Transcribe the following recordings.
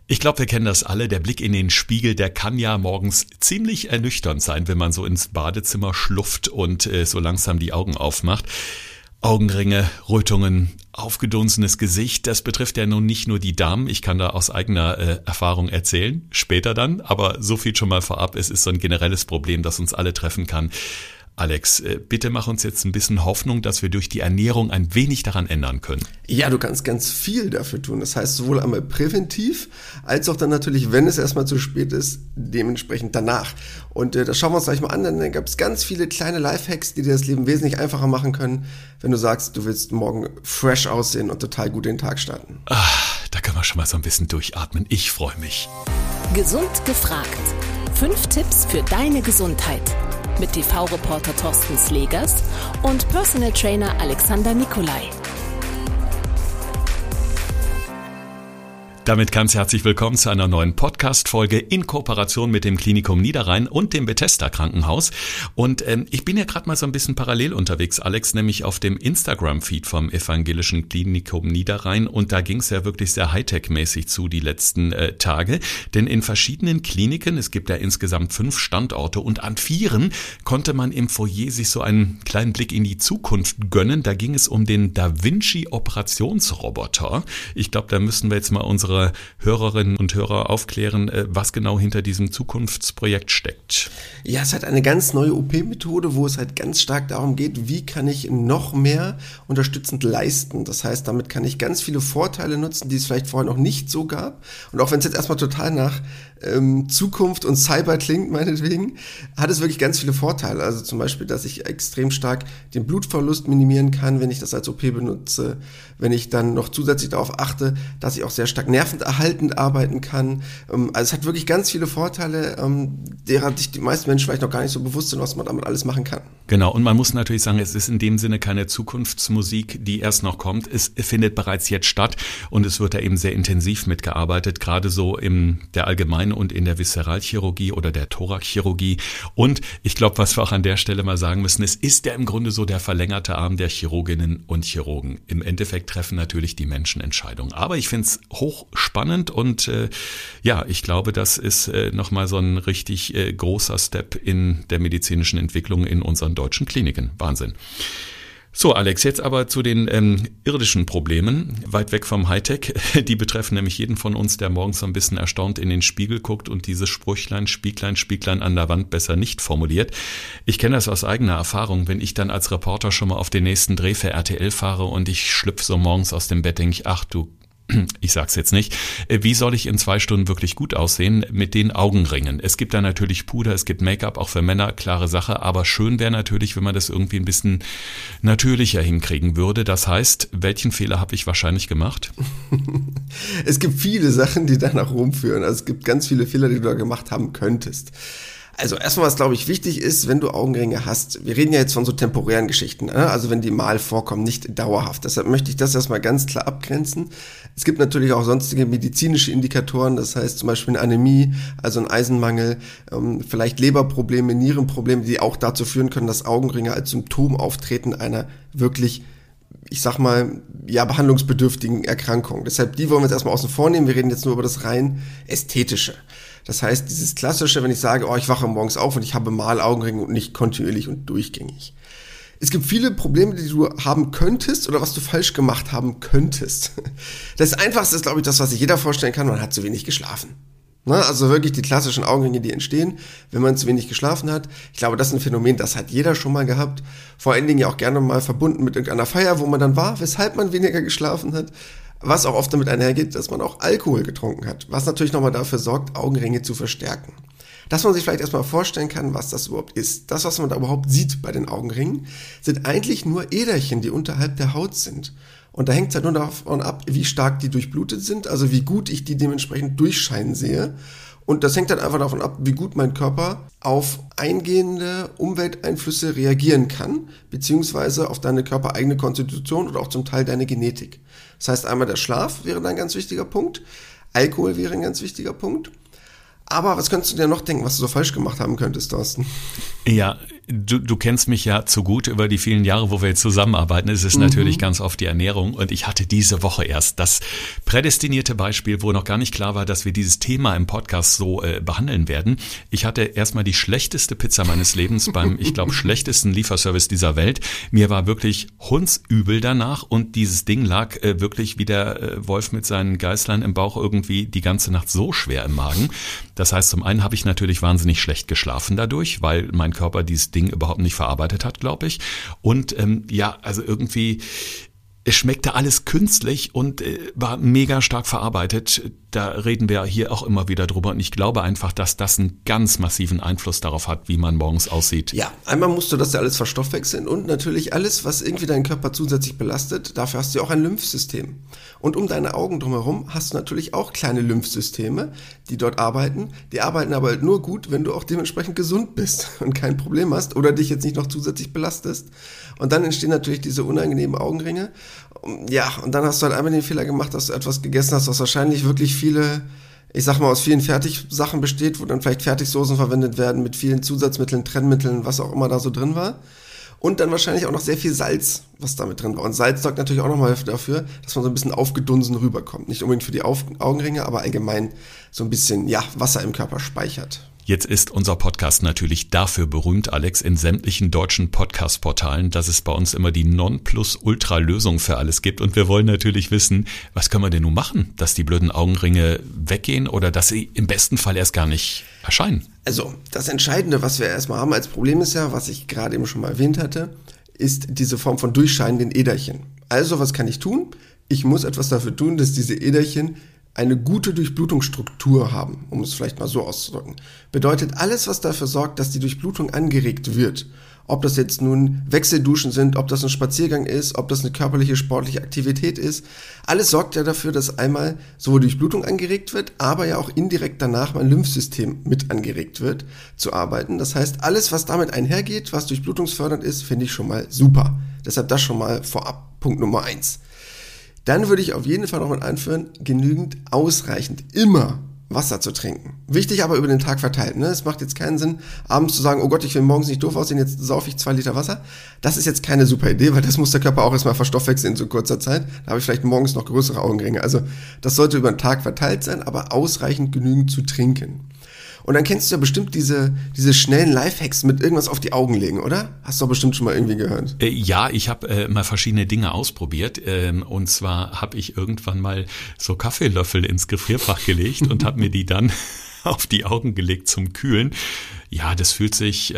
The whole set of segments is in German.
Ich glaube, wir kennen das alle. Der Blick in den Spiegel, der kann ja morgens ziemlich ernüchternd sein, wenn man so ins Badezimmer schlupft und so langsam die Augen aufmacht. Augenringe, Rötungen, aufgedunsenes Gesicht, das betrifft ja nun nicht nur die Damen. Ich kann da aus eigener Erfahrung erzählen, später dann. Aber so viel schon mal vorab, es ist so ein generelles Problem, das uns alle treffen kann. Alex, bitte mach uns jetzt ein bisschen Hoffnung, dass wir durch die Ernährung ein wenig daran ändern können. Ja, du kannst ganz viel dafür tun. Das heißt, sowohl einmal präventiv, als auch dann natürlich, wenn es erstmal zu spät ist, dementsprechend danach. Und das schauen wir uns gleich mal an, denn da gab es ganz viele kleine Lifehacks, die dir das Leben wesentlich einfacher machen können, wenn du sagst, du willst morgen fresh aussehen und total gut den Tag starten. Da können wir schon mal so ein bisschen durchatmen. Ich freue mich. Gesund gefragt. 5 Tipps für deine Gesundheit. Mit TV-Reporter Thorsten Slegers und Personal Trainer Alexander Nikolai. Damit ganz herzlich willkommen zu einer neuen Podcast-Folge in Kooperation mit dem Klinikum Niederrhein und dem Bethesda Krankenhaus. Und ich bin ja gerade mal so ein bisschen parallel unterwegs, Alex, nämlich auf dem Instagram-Feed vom Evangelischen Klinikum Niederrhein. Und da ging es ja wirklich sehr Hightech-mäßig zu die letzten Tage. Denn in verschiedenen Kliniken, es gibt ja insgesamt 5 Standorte und an 4 konnte man im Foyer sich so einen kleinen Blick in die Zukunft gönnen. Da ging es um den Da Vinci Operationsroboter. Ich glaube, da müssen wir jetzt mal unsere Hörerinnen und Hörer aufklären, was genau hinter diesem Zukunftsprojekt steckt. Ja, es hat eine ganz neue OP-Methode, wo es halt ganz stark darum geht, wie kann ich noch mehr unterstützend leisten. Das heißt, damit kann ich ganz viele Vorteile nutzen, die es vielleicht vorher noch nicht so gab. Und auch wenn es jetzt erstmal total nach Zukunft und Cyber klingt, meinetwegen, hat es wirklich ganz viele Vorteile. Also zum Beispiel, dass ich extrem stark den Blutverlust minimieren kann, wenn ich das als OP benutze. Wenn ich dann noch zusätzlich darauf achte, dass ich auch sehr stark nervenerhaltend arbeiten kann. Also es hat wirklich ganz viele Vorteile, derer sich die meisten Menschen vielleicht noch gar nicht so bewusst sind, was man damit alles machen kann. Genau, und man muss natürlich sagen, es ist in dem Sinne keine Zukunftsmusik, die erst noch kommt. Es findet bereits jetzt statt und es wird da eben sehr intensiv mitgearbeitet, gerade so in der Allgemeinen und in der Viszeralchirurgie oder der Thoraxchirurgie. Und ich glaube, was wir auch an der Stelle mal sagen müssen, es ist ja im Grunde so der verlängerte Arm der Chirurginnen und Chirurgen. Im Endeffekt treffen natürlich die Menschen Entscheidungen. Aber ich finde es hochspannend und ich glaube, das ist nochmal so ein richtig großer Step in der medizinischen Entwicklung in unseren deutschen Kliniken. Wahnsinn. So, Alex, jetzt aber zu den irdischen Problemen, weit weg vom Hightech. Die betreffen nämlich jeden von uns, der morgens so ein bisschen erstaunt in den Spiegel guckt und dieses Sprüchlein, Spieglein, Spieglein an der Wand besser nicht formuliert. Ich kenne das aus eigener Erfahrung, wenn ich dann als Reporter schon mal auf den nächsten Dreh für RTL fahre und ich schlüpfe so morgens aus dem Bett, denke ich, ach du, ich sag's jetzt nicht, wie soll ich in 2 Stunden wirklich gut aussehen mit den Augenringen? Es gibt da natürlich Puder, es gibt Make-up, auch für Männer, klare Sache, aber schön wäre natürlich, wenn man das irgendwie ein bisschen natürlicher hinkriegen würde. Das heißt, welchen Fehler habe ich wahrscheinlich gemacht? Es gibt viele Sachen, die danach rumführen. Also es gibt ganz viele Fehler, die du da gemacht haben könntest. Also erstmal, was glaube ich wichtig ist, wenn du Augenringe hast, wir reden ja jetzt von so temporären Geschichten, ne? Also wenn die mal vorkommen, nicht dauerhaft. Deshalb möchte ich das erstmal ganz klar abgrenzen. Es gibt natürlich auch sonstige medizinische Indikatoren, das heißt zum Beispiel eine Anämie, also ein Eisenmangel, vielleicht Leberprobleme, Nierenprobleme, die auch dazu führen können, dass Augenringe als Symptom auftreten einer wirklich, ich sag mal, ja, behandlungsbedürftigen Erkrankung. Deshalb, die wollen wir jetzt erstmal außen vor nehmen. Wir reden jetzt nur über das rein Ästhetische. Das heißt, dieses Klassische, wenn ich sage, ich wache morgens auf und ich habe mal Augenringe und nicht kontinuierlich und durchgängig. Es gibt viele Probleme, die du haben könntest oder was du falsch gemacht haben könntest. Das Einfachste ist, glaube ich, das, was sich jeder vorstellen kann, man hat zu wenig geschlafen. Also wirklich die klassischen Augenringe, die entstehen, wenn man zu wenig geschlafen hat. Ich glaube, das ist ein Phänomen, das hat jeder schon mal gehabt. Vor allen Dingen ja auch gerne mal verbunden mit irgendeiner Feier, wo man dann war, weshalb man weniger geschlafen hat. Was auch oft damit einhergeht, dass man auch Alkohol getrunken hat, was natürlich nochmal dafür sorgt, Augenringe zu verstärken. Dass man sich vielleicht erstmal vorstellen kann, was das überhaupt ist. Das, was man da überhaupt sieht bei den Augenringen, sind eigentlich nur Äderchen, die unterhalb der Haut sind. Und da hängt es halt nur davon ab, wie stark die durchblutet sind, also wie gut ich die dementsprechend durchscheinen sehe. Und das hängt dann einfach davon ab, wie gut mein Körper auf eingehende Umwelteinflüsse reagieren kann, beziehungsweise auf deine körpereigene Konstitution oder auch zum Teil deine Genetik. Das heißt, einmal der Schlaf wäre ein ganz wichtiger Punkt, Alkohol wäre ein ganz wichtiger Punkt. Aber was könntest du dir noch denken, was du so falsch gemacht haben könntest, Thorsten? Ja, Du kennst mich ja zu gut über die vielen Jahre, wo wir jetzt zusammenarbeiten. Es ist natürlich ganz oft die Ernährung und ich hatte diese Woche erst das prädestinierte Beispiel, wo noch gar nicht klar war, dass wir dieses Thema im Podcast so behandeln werden. Ich hatte erstmal die schlechteste Pizza meines Lebens beim, ich glaube, schlechtesten Lieferservice dieser Welt. Mir war wirklich hundsübel danach und dieses Ding lag wirklich wie der Wolf mit seinen Geißlein im Bauch irgendwie die ganze Nacht so schwer im Magen. Das heißt, zum einen habe ich natürlich wahnsinnig schlecht geschlafen dadurch, weil mein Körper dieses Ding überhaupt nicht verarbeitet hat, glaube ich. Und also irgendwie, es schmeckte alles künstlich und war mega stark verarbeitet. Da reden wir hier auch immer wieder drüber und ich glaube einfach, dass das einen ganz massiven Einfluss darauf hat, wie man morgens aussieht. Ja, einmal musst du das ja alles verstoffwechseln und natürlich alles, was irgendwie deinen Körper zusätzlich belastet, dafür hast du ja auch ein Lymphsystem. Und um deine Augen drumherum hast du natürlich auch kleine Lymphsysteme, die dort arbeiten. Die arbeiten aber halt nur gut, wenn du auch dementsprechend gesund bist und kein Problem hast oder dich jetzt nicht noch zusätzlich belastest. Und dann entstehen natürlich diese unangenehmen Augenringe. Ja, und dann hast du halt einmal den Fehler gemacht, dass du etwas gegessen hast, was wahrscheinlich wirklich viele, ich sag mal, aus vielen Fertigsachen besteht, wo dann vielleicht Fertigsoßen verwendet werden mit vielen Zusatzmitteln, Trennmitteln, was auch immer da so drin war. Und dann wahrscheinlich auch noch sehr viel Salz, was da mit drin war. Und Salz sorgt natürlich auch nochmal dafür, dass man so ein bisschen aufgedunsen rüberkommt. Nicht unbedingt für die Augenringe, aber allgemein so ein bisschen, Wasser im Körper speichert. Jetzt ist unser Podcast natürlich dafür berühmt, Alex, in sämtlichen deutschen Podcast-Portalen, dass es bei uns immer die Nonplusultra-Lösung für alles gibt. Und wir wollen natürlich wissen, was können wir denn nun machen, dass die blöden Augenringe weggehen oder dass sie im besten Fall erst gar nicht erscheinen? Also das Entscheidende, was wir erstmal haben als Problem ist ja, was ich gerade eben schon mal erwähnt hatte, ist diese Form von durchscheinenden Äderchen. Also was kann ich tun? Ich muss etwas dafür tun, dass diese Äderchen eine gute Durchblutungsstruktur haben, um es vielleicht mal so auszudrücken. Bedeutet alles, was dafür sorgt, dass die Durchblutung angeregt wird. Ob das jetzt nun Wechselduschen sind, ob das ein Spaziergang ist, ob das eine körperliche, sportliche Aktivität ist. Alles sorgt ja dafür, dass einmal sowohl Durchblutung angeregt wird, aber ja auch indirekt danach mein Lymphsystem mit angeregt wird, zu arbeiten. Das heißt, alles, was damit einhergeht, was durchblutungsfördernd ist, finde ich schon mal super. Deshalb das schon mal vorab, Punkt Nummer 1. Dann würde ich auf jeden Fall noch mal einführen, genügend ausreichend immer Wasser zu trinken. Wichtig aber über den Tag verteilt. Ne? Es macht jetzt keinen Sinn, abends zu sagen, oh Gott, ich will morgens nicht doof aussehen, jetzt saufe ich 2 Liter Wasser. Das ist jetzt keine super Idee, weil das muss der Körper auch erstmal verstoffwechseln in so kurzer Zeit. Da habe ich vielleicht morgens noch größere Augenringe. Also das sollte über den Tag verteilt sein, aber ausreichend genügend zu trinken. Und dann kennst du ja bestimmt diese schnellen Lifehacks mit irgendwas auf die Augen legen, oder? Hast du doch bestimmt schon mal irgendwie gehört. Ja, ich habe mal verschiedene Dinge ausprobiert. Und zwar habe ich irgendwann mal so Kaffeelöffel ins Gefrierfach gelegt und habe mir die dann auf die Augen gelegt zum Kühlen. Ja, das fühlt sich,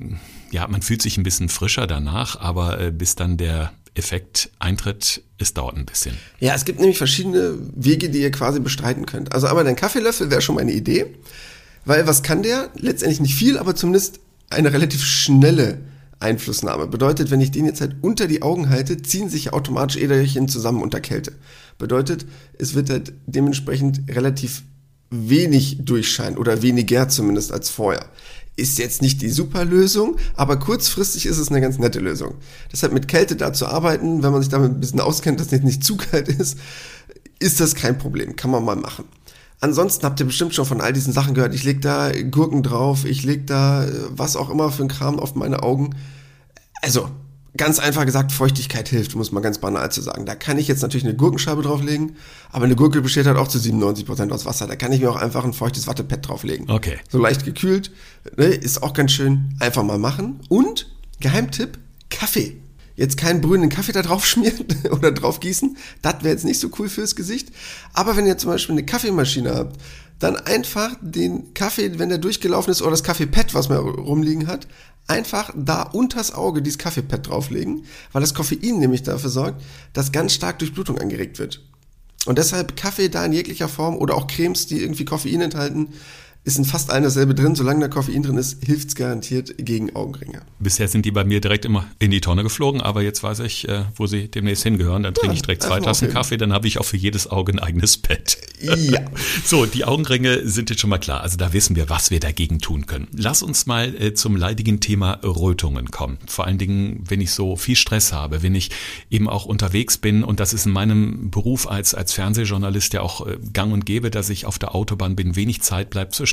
man fühlt sich ein bisschen frischer danach, aber bis dann der Effekt eintritt, es dauert ein bisschen. Ja, es gibt nämlich verschiedene Wege, die ihr quasi bestreiten könnt. Also einmal dein Kaffeelöffel wäre schon mal eine Idee. Weil was kann der? Letztendlich nicht viel, aber zumindest eine relativ schnelle Einflussnahme. Bedeutet, wenn ich den jetzt halt unter die Augen halte, ziehen sich automatisch Äderchen zusammen unter Kälte. Bedeutet, es wird halt dementsprechend relativ wenig durchscheinen oder weniger zumindest als vorher. Ist jetzt nicht die super Lösung, aber kurzfristig ist es eine ganz nette Lösung. Deshalb mit Kälte da zu arbeiten, wenn man sich damit ein bisschen auskennt, dass es nicht zu kalt ist das kein Problem. Kann man mal machen. Ansonsten habt ihr bestimmt schon von all diesen Sachen gehört. Ich lege da Gurken drauf, ich lege da was auch immer für ein Kram auf meine Augen. Also, ganz einfach gesagt, Feuchtigkeit hilft, muss man ganz banal zu sagen. Da kann ich jetzt natürlich eine Gurkenscheibe drauflegen, aber eine Gurke besteht halt auch zu 97% aus Wasser. Da kann ich mir auch einfach ein feuchtes Wattepad drauflegen. Okay. So leicht gekühlt, ne, ist auch ganz schön. Einfach mal machen. Und, Geheimtipp, Kaffee. Jetzt keinen brühenden Kaffee da drauf schmieren oder drauf gießen, das wäre jetzt nicht so cool fürs Gesicht. Aber wenn ihr zum Beispiel eine Kaffeemaschine habt, dann einfach den Kaffee, wenn der durchgelaufen ist, oder das Kaffeepad, was man rumliegen hat, einfach da unters Auge dieses Kaffeepad drauflegen, weil das Koffein nämlich dafür sorgt, dass ganz stark Durchblutung angeregt wird. Und deshalb Kaffee da in jeglicher Form oder auch Cremes, die irgendwie Koffein enthalten, ist in fast allen dasselbe drin. Solange da Koffein drin ist, hilft's garantiert gegen Augenringe. Bisher sind die bei mir direkt immer in die Tonne geflogen, aber jetzt weiß ich, wo sie demnächst hingehören. Dann trinke ich direkt 2 Tassen Kaffee, dann habe ich auch für jedes Auge ein eigenes Bett. Ja. So, die Augenringe sind jetzt schon mal klar. Also da wissen wir, was wir dagegen tun können. Lass uns mal zum leidigen Thema Rötungen kommen. Vor allen Dingen, wenn ich so viel Stress habe, wenn ich eben auch unterwegs bin, und das ist in meinem Beruf als Fernsehjournalist ja auch gang und gäbe, dass ich auf der Autobahn bin, wenig Zeit bleibt zwischen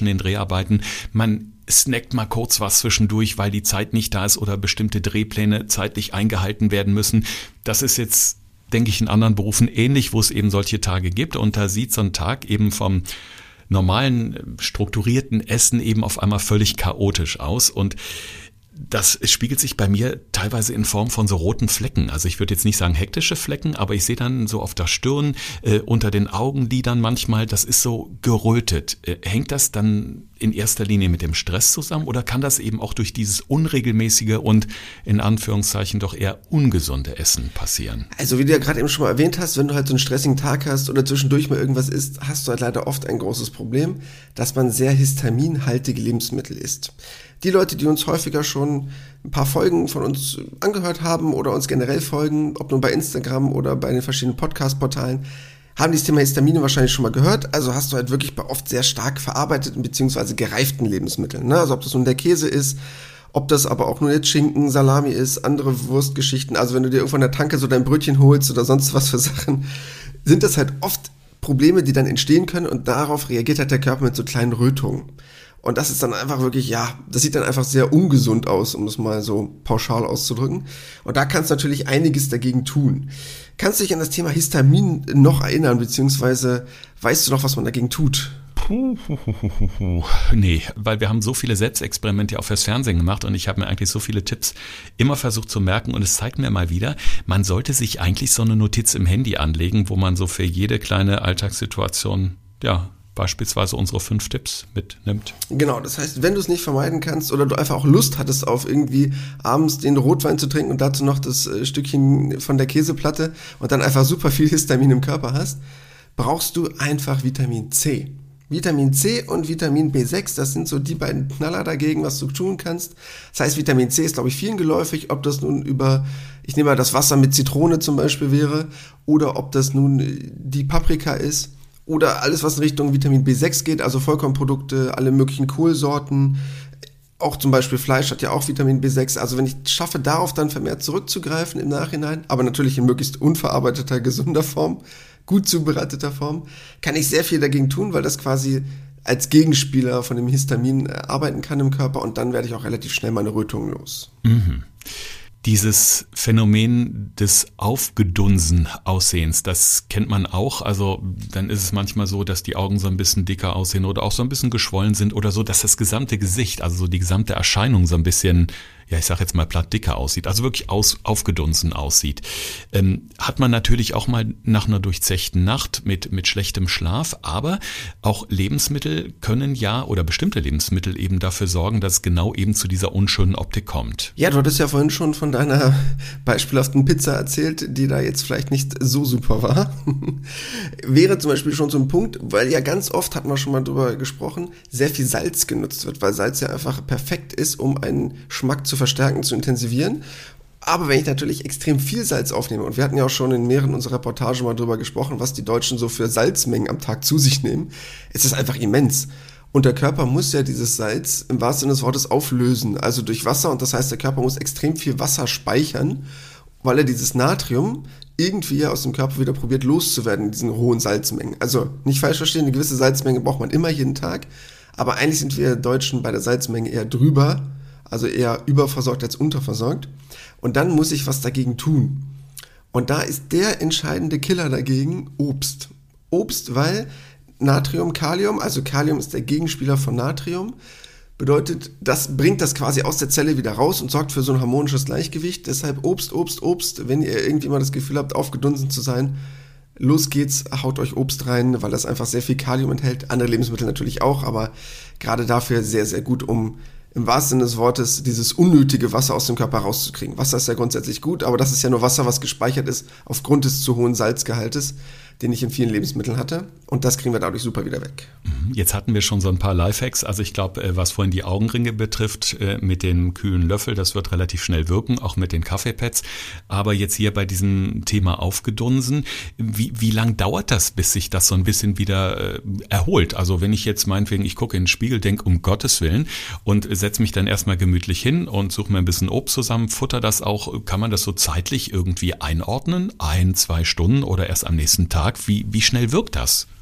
zwischen den Dreharbeiten. Man snackt mal kurz was zwischendurch, weil die Zeit nicht da ist oder bestimmte Drehpläne zeitlich eingehalten werden müssen. Das ist jetzt, denke ich, in anderen Berufen ähnlich, wo es eben solche Tage gibt. Und da sieht so ein Tag eben vom normalen, strukturierten Essen eben auf einmal völlig chaotisch aus. Und das spiegelt sich bei mir teilweise in Form von so roten Flecken. Also ich würde jetzt nicht sagen hektische Flecken, aber ich sehe dann so auf der Stirn, unter den Augenlidern manchmal, das ist so gerötet. Hängt das dann in erster Linie mit dem Stress zusammen oder kann das eben auch durch dieses unregelmäßige und in Anführungszeichen doch eher ungesunde Essen passieren? Also wie du ja gerade eben schon mal erwähnt hast, wenn du halt so einen stressigen Tag hast oder zwischendurch mal irgendwas isst, hast du halt leider oft ein großes Problem, dass man sehr histaminhaltige Lebensmittel isst. Die Leute, die uns häufiger schon ein paar Folgen von uns angehört haben oder uns generell folgen, ob nun bei Instagram oder bei den verschiedenen Podcast-Portalen, haben dieses Thema Histamine wahrscheinlich schon mal gehört. Also hast du halt wirklich bei oft sehr stark verarbeiteten bzw. gereiften Lebensmitteln. Ne? Also ob das nun der Käse ist, ob das aber auch nur jetzt Schinken, Salami ist, andere Wurstgeschichten. Also wenn du dir irgendwo in der Tanke so dein Brötchen holst oder sonst was für Sachen, sind das halt oft Probleme, die dann entstehen können und darauf reagiert halt der Körper mit so kleinen Rötungen. Und das ist dann einfach wirklich, das sieht dann einfach sehr ungesund aus, um es mal so pauschal auszudrücken. Und da kannst du natürlich einiges dagegen tun. Kannst du dich an das Thema Histamin noch erinnern, beziehungsweise weißt du noch, was man dagegen tut? Nee, weil wir haben so viele Selbstexperimente auch fürs Fernsehen gemacht und ich habe mir eigentlich so viele Tipps immer versucht zu merken und es zeigt mir mal wieder, man sollte sich eigentlich so eine Notiz im Handy anlegen, wo man so für jede kleine Alltagssituation, beispielsweise unsere 5 Tipps mitnimmt. Genau, das heißt, wenn du es nicht vermeiden kannst oder du einfach auch Lust hattest auf irgendwie abends den Rotwein zu trinken und dazu noch das Stückchen von der Käseplatte und dann einfach super viel Histamin im Körper hast, brauchst du einfach Vitamin C. Vitamin C und Vitamin B6, das sind so die beiden Knaller dagegen, was du tun kannst. Das heißt, Vitamin C ist, glaube ich, vielen geläufig, ob das nun ich nehme mal das Wasser mit Zitrone zum Beispiel wäre, oder ob das nun die Paprika ist. Oder alles, was in Richtung Vitamin B6 geht, also Vollkornprodukte, alle möglichen Kohlsorten, auch zum Beispiel Fleisch hat ja auch Vitamin B6. Also wenn ich schaffe, darauf dann vermehrt zurückzugreifen im Nachhinein, aber natürlich in möglichst unverarbeiteter, gesunder Form, gut zubereiteter Form, kann ich sehr viel dagegen tun, weil das quasi als Gegenspieler von dem Histamin arbeiten kann im Körper und dann werde ich auch relativ schnell meine Rötungen los. Mhm. Dieses Phänomen des Aufgedunsen-Aussehens, das kennt man auch. Also dann ist es manchmal so, dass die Augen so ein bisschen dicker aussehen oder auch so ein bisschen geschwollen sind oder so, dass das gesamte Gesicht, also so die gesamte Erscheinung so ein bisschen, ich sag jetzt mal platt, dicker aussieht. Also wirklich aufgedunsen aussieht. Hat man natürlich auch mal nach einer durchzechten Nacht mit schlechtem Schlaf, aber auch Lebensmittel können oder bestimmte Lebensmittel eben dafür sorgen, dass es genau eben zu dieser unschönen Optik kommt. Ja, du hattest ja vorhin schon von deiner beispielhaften Pizza erzählt, die da jetzt vielleicht nicht so super war. Wäre zum Beispiel schon so ein Punkt, weil ja ganz oft, hatten wir schon mal drüber gesprochen, sehr viel Salz genutzt wird, weil Salz ja einfach perfekt ist, um einen Geschmack zu verstärken, zu intensivieren. Aber wenn ich natürlich extrem viel Salz aufnehme, und wir hatten ja auch schon in mehreren unserer Reportagen mal drüber gesprochen, was die Deutschen so für Salzmengen am Tag zu sich nehmen, ist das einfach immens. Und der Körper muss ja dieses Salz im wahrsten Sinne des Wortes auflösen, also durch Wasser. Und das heißt, der Körper muss extrem viel Wasser speichern, weil er dieses Natrium irgendwie aus dem Körper wieder probiert loszuwerden in diesen hohen Salzmengen. Also nicht falsch verstehen, eine gewisse Salzmenge braucht man immer jeden Tag. Aber eigentlich sind wir Deutschen bei der Salzmenge eher drüber, also eher überversorgt als unterversorgt. Und dann muss ich was dagegen tun. Und da ist der entscheidende Killer dagegen Obst. Obst, weil Natrium, Kalium, also Kalium ist der Gegenspieler von Natrium, bedeutet, das bringt das quasi aus der Zelle wieder raus und sorgt für so ein harmonisches Gleichgewicht. Deshalb Obst, wenn ihr irgendwie mal das Gefühl habt, aufgedunsen zu sein, los geht's, haut euch Obst rein, weil das einfach sehr viel Kalium enthält. Andere Lebensmittel natürlich auch, aber gerade dafür sehr, sehr gut, um im wahrsten Sinne des Wortes dieses unnötige Wasser aus dem Körper rauszukriegen. Wasser ist ja grundsätzlich gut, aber das ist ja nur Wasser, was gespeichert ist aufgrund des zu hohen Salzgehaltes, den ich in vielen Lebensmitteln hatte. Und das kriegen wir dadurch super wieder weg. Jetzt hatten wir schon so ein paar Lifehacks. Also ich glaube, was vorhin die Augenringe betrifft, mit dem kühlen Löffel, das wird relativ schnell wirken, auch mit den Kaffeepads. Aber jetzt hier bei diesem Thema Aufgedunsen, wie lang dauert das, bis sich das so ein bisschen wieder erholt? Also wenn ich jetzt meinetwegen, ich gucke in den Spiegel, denke, um Gottes Willen, und setze mich dann erstmal gemütlich hin und suche mir ein bisschen Obst zusammen, futter das auch, kann man das so zeitlich irgendwie einordnen? 1-2 Stunden oder erst am nächsten Tag? Wie schnell wirkt das?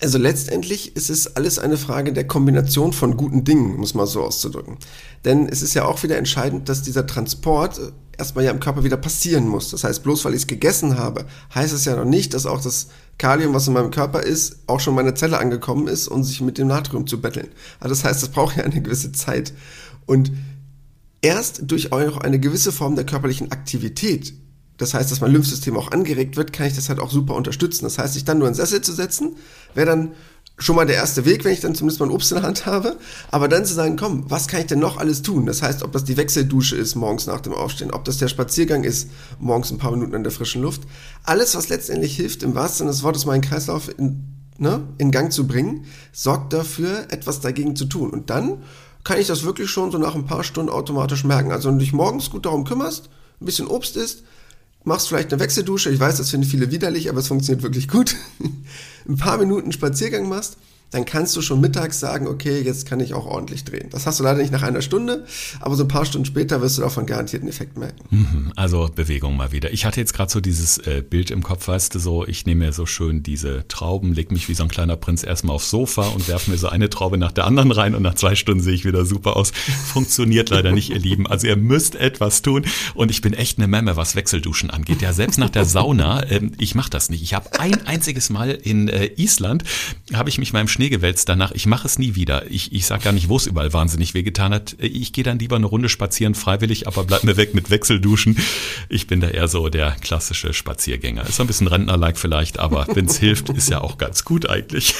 Also letztendlich ist es alles eine Frage der Kombination von guten Dingen, muss man so auszudrücken. Denn es ist ja auch wieder entscheidend, dass dieser Transport erstmal ja im Körper wieder passieren muss. Das heißt, bloß weil ich es gegessen habe, heißt es ja noch nicht, dass auch das Kalium, was in meinem Körper ist, auch schon in meine Zelle angekommen ist und sich mit dem Natrium zu betteln. Also das heißt, das braucht ja eine gewisse Zeit. Und erst durch auch eine gewisse Form der körperlichen Aktivität, das heißt, dass mein Lymphsystem auch angeregt wird, kann ich das halt auch super unterstützen. Das heißt, sich dann nur in den Sessel zu setzen, wäre dann schon mal der erste Weg, wenn ich dann zumindest mein Obst in der Hand habe. Aber dann zu sagen, komm, was kann ich denn noch alles tun? Das heißt, ob das die Wechseldusche ist morgens nach dem Aufstehen, ob das der Spaziergang ist, morgens ein paar Minuten in der frischen Luft. Alles, was letztendlich hilft, im wahrsten Sinne des Wortes meinen Kreislauf in Gang zu bringen, sorgt dafür, etwas dagegen zu tun. Und dann kann ich das wirklich schon so nach ein paar Stunden automatisch merken. Also wenn du dich morgens gut darum kümmerst, ein bisschen Obst isst, machst vielleicht eine Wechseldusche, ich weiß, das finden viele widerlich, aber es funktioniert wirklich gut. Ein paar Minuten Spaziergang machst, dann kannst du schon mittags sagen, okay, jetzt kann ich auch ordentlich drehen. Das hast du leider nicht nach einer Stunde, aber so ein paar Stunden später wirst du davon garantiert einen Effekt merken. Also Bewegung mal wieder. Ich hatte jetzt gerade so dieses Bild im Kopf, weißt du, so, ich nehme mir so schön diese Trauben, leg mich wie so ein kleiner Prinz erstmal aufs Sofa und werfe mir so eine Traube nach der anderen rein und nach 2 Stunden sehe ich wieder super aus. Funktioniert leider nicht, ihr Lieben. Also ihr müsst etwas tun und ich bin echt eine Memme, was Wechselduschen angeht. Ja, selbst nach der Sauna, ich mache das nicht. Ich habe ein einziges Mal in Island, habe ich mich mal im Schnee gewälzt danach. Ich mache es nie wieder. Ich sage gar nicht, wo es überall wahnsinnig wehgetan hat. Ich gehe dann lieber eine Runde spazieren, freiwillig, aber bleib mir weg mit Wechselduschen. Ich bin da eher so der klassische Spaziergänger. Ist so ein bisschen Rentner-like vielleicht, aber wenn es hilft, ist ja auch ganz gut eigentlich.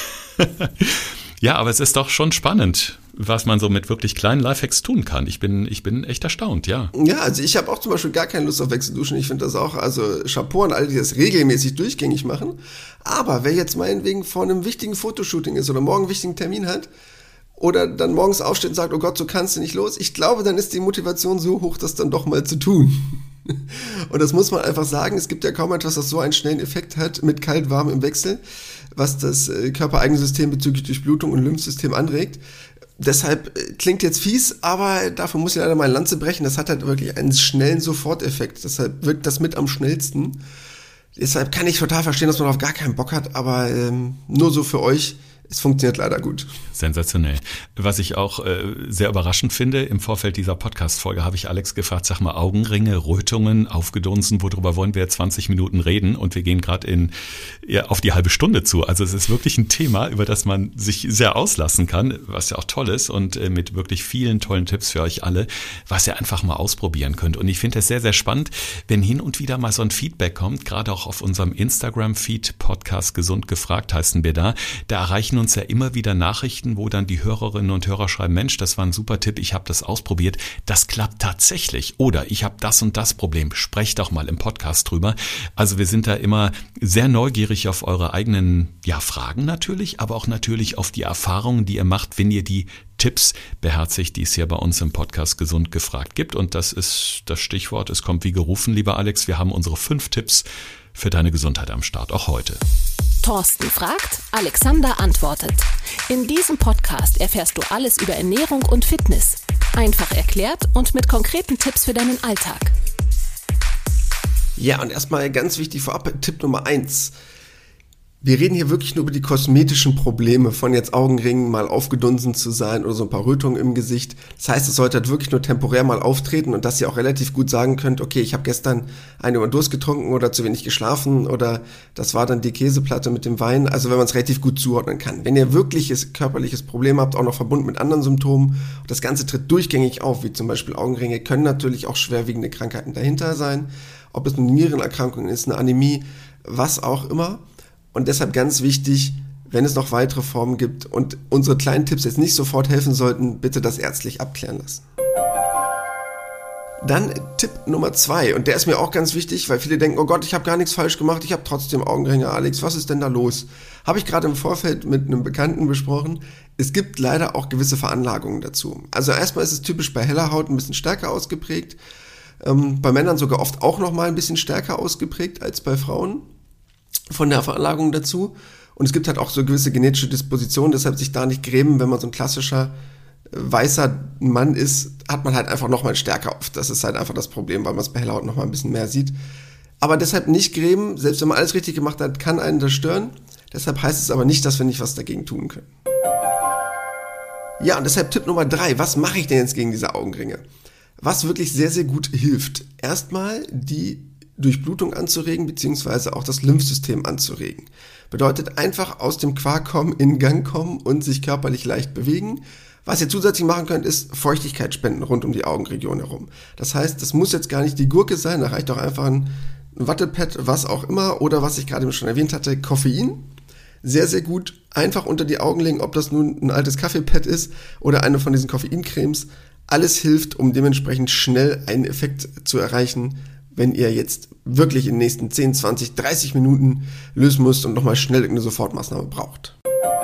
Ja, aber es ist doch schon spannend, was man so mit wirklich kleinen Lifehacks tun kann. Ich bin echt erstaunt, ja. Ja, also ich habe auch zum Beispiel gar keine Lust auf Wechselduschen. Ich finde das auch, also Chapeau an alle, die das regelmäßig durchgängig machen. Aber wer jetzt meinetwegen vor einem wichtigen Fotoshooting ist oder morgen einen wichtigen Termin hat oder dann morgens aufsteht und sagt, oh Gott, so kannst du nicht los. Ich glaube, dann ist die Motivation so hoch, das dann doch mal zu tun. Und das muss man einfach sagen, es gibt ja kaum etwas, das so einen schnellen Effekt hat mit kalt-warm im Wechsel, was das körpereigene System bezüglich Durchblutung und Lymphsystem anregt. Deshalb klingt jetzt fies, aber dafür muss ich leider mal eine Lanze brechen. Das hat halt wirklich einen schnellen Soforteffekt. Deshalb wirkt das mit am schnellsten. Deshalb kann ich total verstehen, dass man auf gar keinen Bock hat, aber nur so für euch. Es funktioniert leider gut. Sensationell. Was ich auch sehr überraschend finde, im Vorfeld dieser Podcast-Folge habe ich Alex gefragt, sag mal, Augenringe, Rötungen, Aufgedunsen, worüber wollen wir 20 Minuten reden? Und wir gehen gerade auf die halbe Stunde zu. Also es ist wirklich ein Thema, über das man sich sehr auslassen kann, was ja auch toll ist und mit wirklich vielen tollen Tipps für euch alle, was ihr einfach mal ausprobieren könnt. Und ich finde es sehr, sehr spannend, wenn hin und wieder mal so ein Feedback kommt, gerade auch auf unserem Instagram-Feed, Podcast Gesund gefragt heißen wir da erreichen uns ja immer wieder Nachrichten, wo dann die Hörerinnen und Hörer schreiben, Mensch, das war ein super Tipp, ich habe das ausprobiert, das klappt tatsächlich. Oder ich habe das und das Problem, sprecht doch mal im Podcast drüber. Also wir sind da immer sehr neugierig auf eure eigenen Fragen natürlich, aber auch natürlich auf die Erfahrungen, die ihr macht, wenn ihr die Tipps beherzigt, die es hier bei uns im Podcast Gesund gefragt gibt. Und das ist das Stichwort, es kommt wie gerufen, lieber Alex, wir haben unsere 5 Tipps für deine Gesundheit am Start, auch heute. Thorsten fragt, Alexander antwortet. In diesem Podcast erfährst du alles über Ernährung und Fitness. Einfach erklärt und mit konkreten Tipps für deinen Alltag. Ja, und erstmal ganz wichtig vorab, Tipp Nummer 1. Wir reden hier wirklich nur über die kosmetischen Probleme, von jetzt Augenringen mal aufgedunsen zu sein oder so ein paar Rötungen im Gesicht. Das heißt, es sollte halt wirklich nur temporär mal auftreten und dass ihr auch relativ gut sagen könnt, okay, ich habe gestern einen über den Durst getrunken oder zu wenig geschlafen oder das war dann die Käseplatte mit dem Wein. Also wenn man es relativ gut zuordnen kann. Wenn ihr wirkliches körperliches Problem habt, auch noch verbunden mit anderen Symptomen, und das Ganze tritt durchgängig auf, wie zum Beispiel Augenringe, können natürlich auch schwerwiegende Krankheiten dahinter sein. Ob es eine Nierenerkrankung ist, eine Anämie, was auch immer. Und deshalb ganz wichtig, wenn es noch weitere Formen gibt und unsere kleinen Tipps jetzt nicht sofort helfen sollten, bitte das ärztlich abklären lassen. Dann Tipp Nummer 2 und der ist mir auch ganz wichtig, weil viele denken, oh Gott, ich habe gar nichts falsch gemacht, ich habe trotzdem Augenringe, Alex, was ist denn da los? Habe ich gerade im Vorfeld mit einem Bekannten besprochen. Es gibt leider auch gewisse Veranlagungen dazu. Also erstmal ist es typisch bei heller Haut ein bisschen stärker ausgeprägt, bei Männern sogar oft auch nochmal ein bisschen stärker ausgeprägt als bei Frauen. Von der Veranlagung dazu. Und es gibt halt auch so gewisse genetische Dispositionen, deshalb sich da nicht grämen, wenn man so ein klassischer weißer Mann ist, hat man halt einfach nochmal stärker auf. Das ist halt einfach das Problem, weil man es bei heller Haut nochmal ein bisschen mehr sieht. Aber deshalb nicht grämen, selbst wenn man alles richtig gemacht hat, kann einen das stören. Deshalb heißt es aber nicht, dass wir nicht was dagegen tun können. Ja, und deshalb Tipp Nummer 3. Was mache ich denn jetzt gegen diese Augenringe? Was wirklich sehr, sehr gut hilft. Erstmal die Durchblutung anzuregen, beziehungsweise auch das Lymphsystem anzuregen. Bedeutet einfach aus dem Quark kommen, in Gang kommen und sich körperlich leicht bewegen. Was ihr zusätzlich machen könnt, ist Feuchtigkeit spenden rund um die Augenregion herum. Das heißt, das muss jetzt gar nicht die Gurke sein, da reicht auch einfach ein Wattepad, was auch immer, oder was ich gerade schon erwähnt hatte, Koffein. Sehr, sehr gut einfach unter die Augen legen, ob das nun ein altes Kaffeepad ist oder eine von diesen Koffeincremes. Alles hilft, um dementsprechend schnell einen Effekt zu erreichen, wenn ihr jetzt wirklich in den nächsten 10, 20, 30 Minuten lösen müsst und nochmal schnell irgendeine Sofortmaßnahme braucht.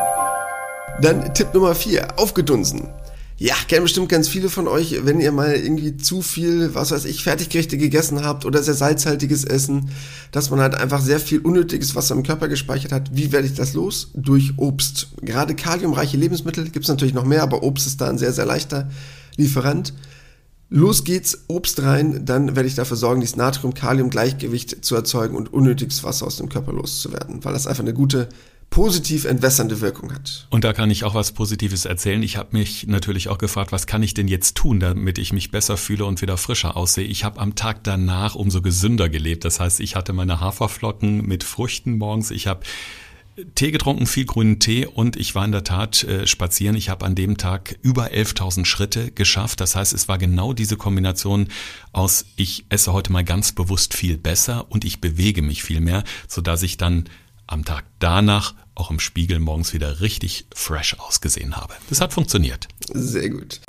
Dann Tipp Nummer 4, aufgedunsen. Ja, kennen bestimmt ganz viele von euch, wenn ihr mal irgendwie zu viel, Fertiggerichte gegessen habt oder sehr salzhaltiges Essen, dass man halt einfach sehr viel unnötiges Wasser im Körper gespeichert hat. Wie werde ich das los? Durch Obst. Gerade kaliumreiche Lebensmittel, gibt es natürlich noch mehr, aber Obst ist da ein sehr, sehr leichter Lieferant. Los geht's, Obst rein, dann werde ich dafür sorgen, dieses Natrium-Kalium-Gleichgewicht zu erzeugen und unnötiges Wasser aus dem Körper loszuwerden, weil das einfach eine gute positiv entwässernde Wirkung hat. Und da kann ich auch was Positives erzählen. Ich habe mich natürlich auch gefragt, was kann ich denn jetzt tun, damit ich mich besser fühle und wieder frischer aussehe. Ich habe am Tag danach umso gesünder gelebt. Das heißt, ich hatte meine Haferflocken mit Früchten morgens. Ich habe Tee getrunken, viel grünen Tee, und ich war in der Tat spazieren. Ich habe an dem Tag über 11.000 Schritte geschafft. Das heißt, es war genau diese Kombination aus, ich esse heute mal ganz bewusst viel besser und ich bewege mich viel mehr, sodass ich dann am Tag danach auch im Spiegel morgens wieder richtig fresh ausgesehen habe. Das hat funktioniert. Sehr gut.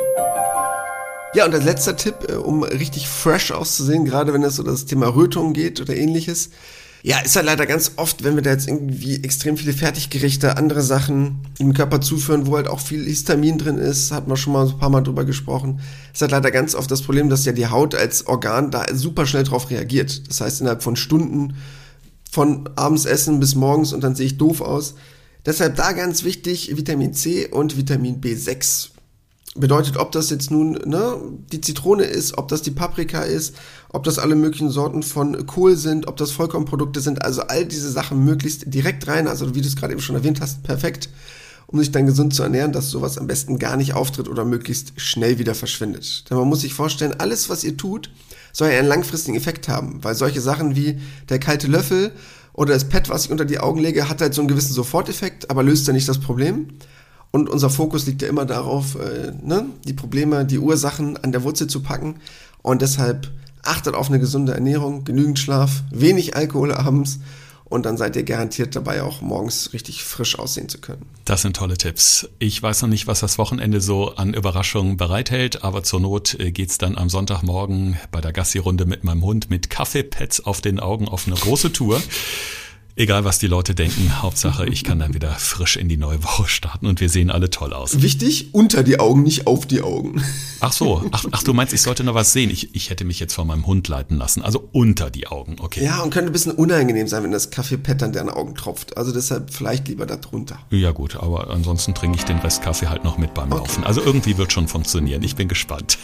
Ja, und als letzter Tipp, um richtig fresh auszusehen, gerade wenn es so das Thema Rötung geht oder ähnliches. Ja, ist halt leider ganz oft, wenn wir da jetzt irgendwie extrem viele Fertiggerichte, andere Sachen im Körper zuführen, wo halt auch viel Histamin drin ist, hat man schon mal ein paar Mal drüber gesprochen. Ist halt leider ganz oft das Problem, dass ja die Haut als Organ da super schnell drauf reagiert. Das heißt, innerhalb von Stunden, von abends essen bis morgens, und dann sehe ich doof aus. Deshalb da ganz wichtig, Vitamin C und Vitamin B6. Bedeutet, ob das jetzt nun die Zitrone ist, ob das die Paprika ist, ob das alle möglichen Sorten von Kohl sind, ob das Vollkornprodukte sind, also all diese Sachen möglichst direkt rein, also wie du es gerade eben schon erwähnt hast, perfekt, um sich dann gesund zu ernähren, dass sowas am besten gar nicht auftritt oder möglichst schnell wieder verschwindet. Denn man muss sich vorstellen, alles, was ihr tut, soll ja einen langfristigen Effekt haben, weil solche Sachen wie der kalte Löffel oder das Pad, was ich unter die Augen lege, hat halt so einen gewissen Soforteffekt, aber löst ja nicht das Problem. Und unser Fokus liegt ja immer darauf, die Probleme, die Ursachen an der Wurzel zu packen. Und deshalb achtet auf eine gesunde Ernährung, genügend Schlaf, wenig Alkohol abends. Und dann seid ihr garantiert dabei, auch morgens richtig frisch aussehen zu können. Das sind tolle Tipps. Ich weiß noch nicht, was das Wochenende so an Überraschungen bereithält, aber zur Not geht's dann am Sonntagmorgen bei der Gassi-Runde mit meinem Hund mit Kaffeepads auf den Augen auf eine große Tour. Egal, was die Leute denken, Hauptsache, ich kann dann wieder frisch in die neue Woche starten und wir sehen alle toll aus. Wichtig, unter die Augen, nicht auf die Augen. Ach so, ach du meinst, ich sollte noch was sehen? Ich hätte mich jetzt von meinem Hund leiten lassen, also unter die Augen, okay. Ja, und könnte ein bisschen unangenehm sein, wenn das Kaffeepad an deine Augen tropft. Also deshalb vielleicht lieber da drunter. Ja gut, aber ansonsten trinke ich den Rest Kaffee halt noch mit beim Laufen. Also irgendwie wird schon funktionieren, ich bin gespannt.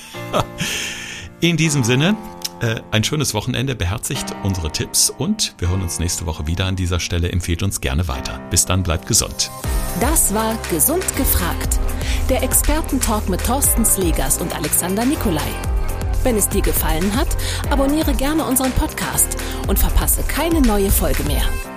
In diesem Sinne, ein schönes Wochenende, beherzigt unsere Tipps und wir hören uns nächste Woche wieder an dieser Stelle. Empfehlt uns gerne weiter. Bis dann, bleibt gesund. Das war Gesund gefragt. Der Expertentalk mit Thorsten Slegers und Alexander Nikolai. Wenn es dir gefallen hat, abonniere gerne unseren Podcast und verpasse keine neue Folge mehr.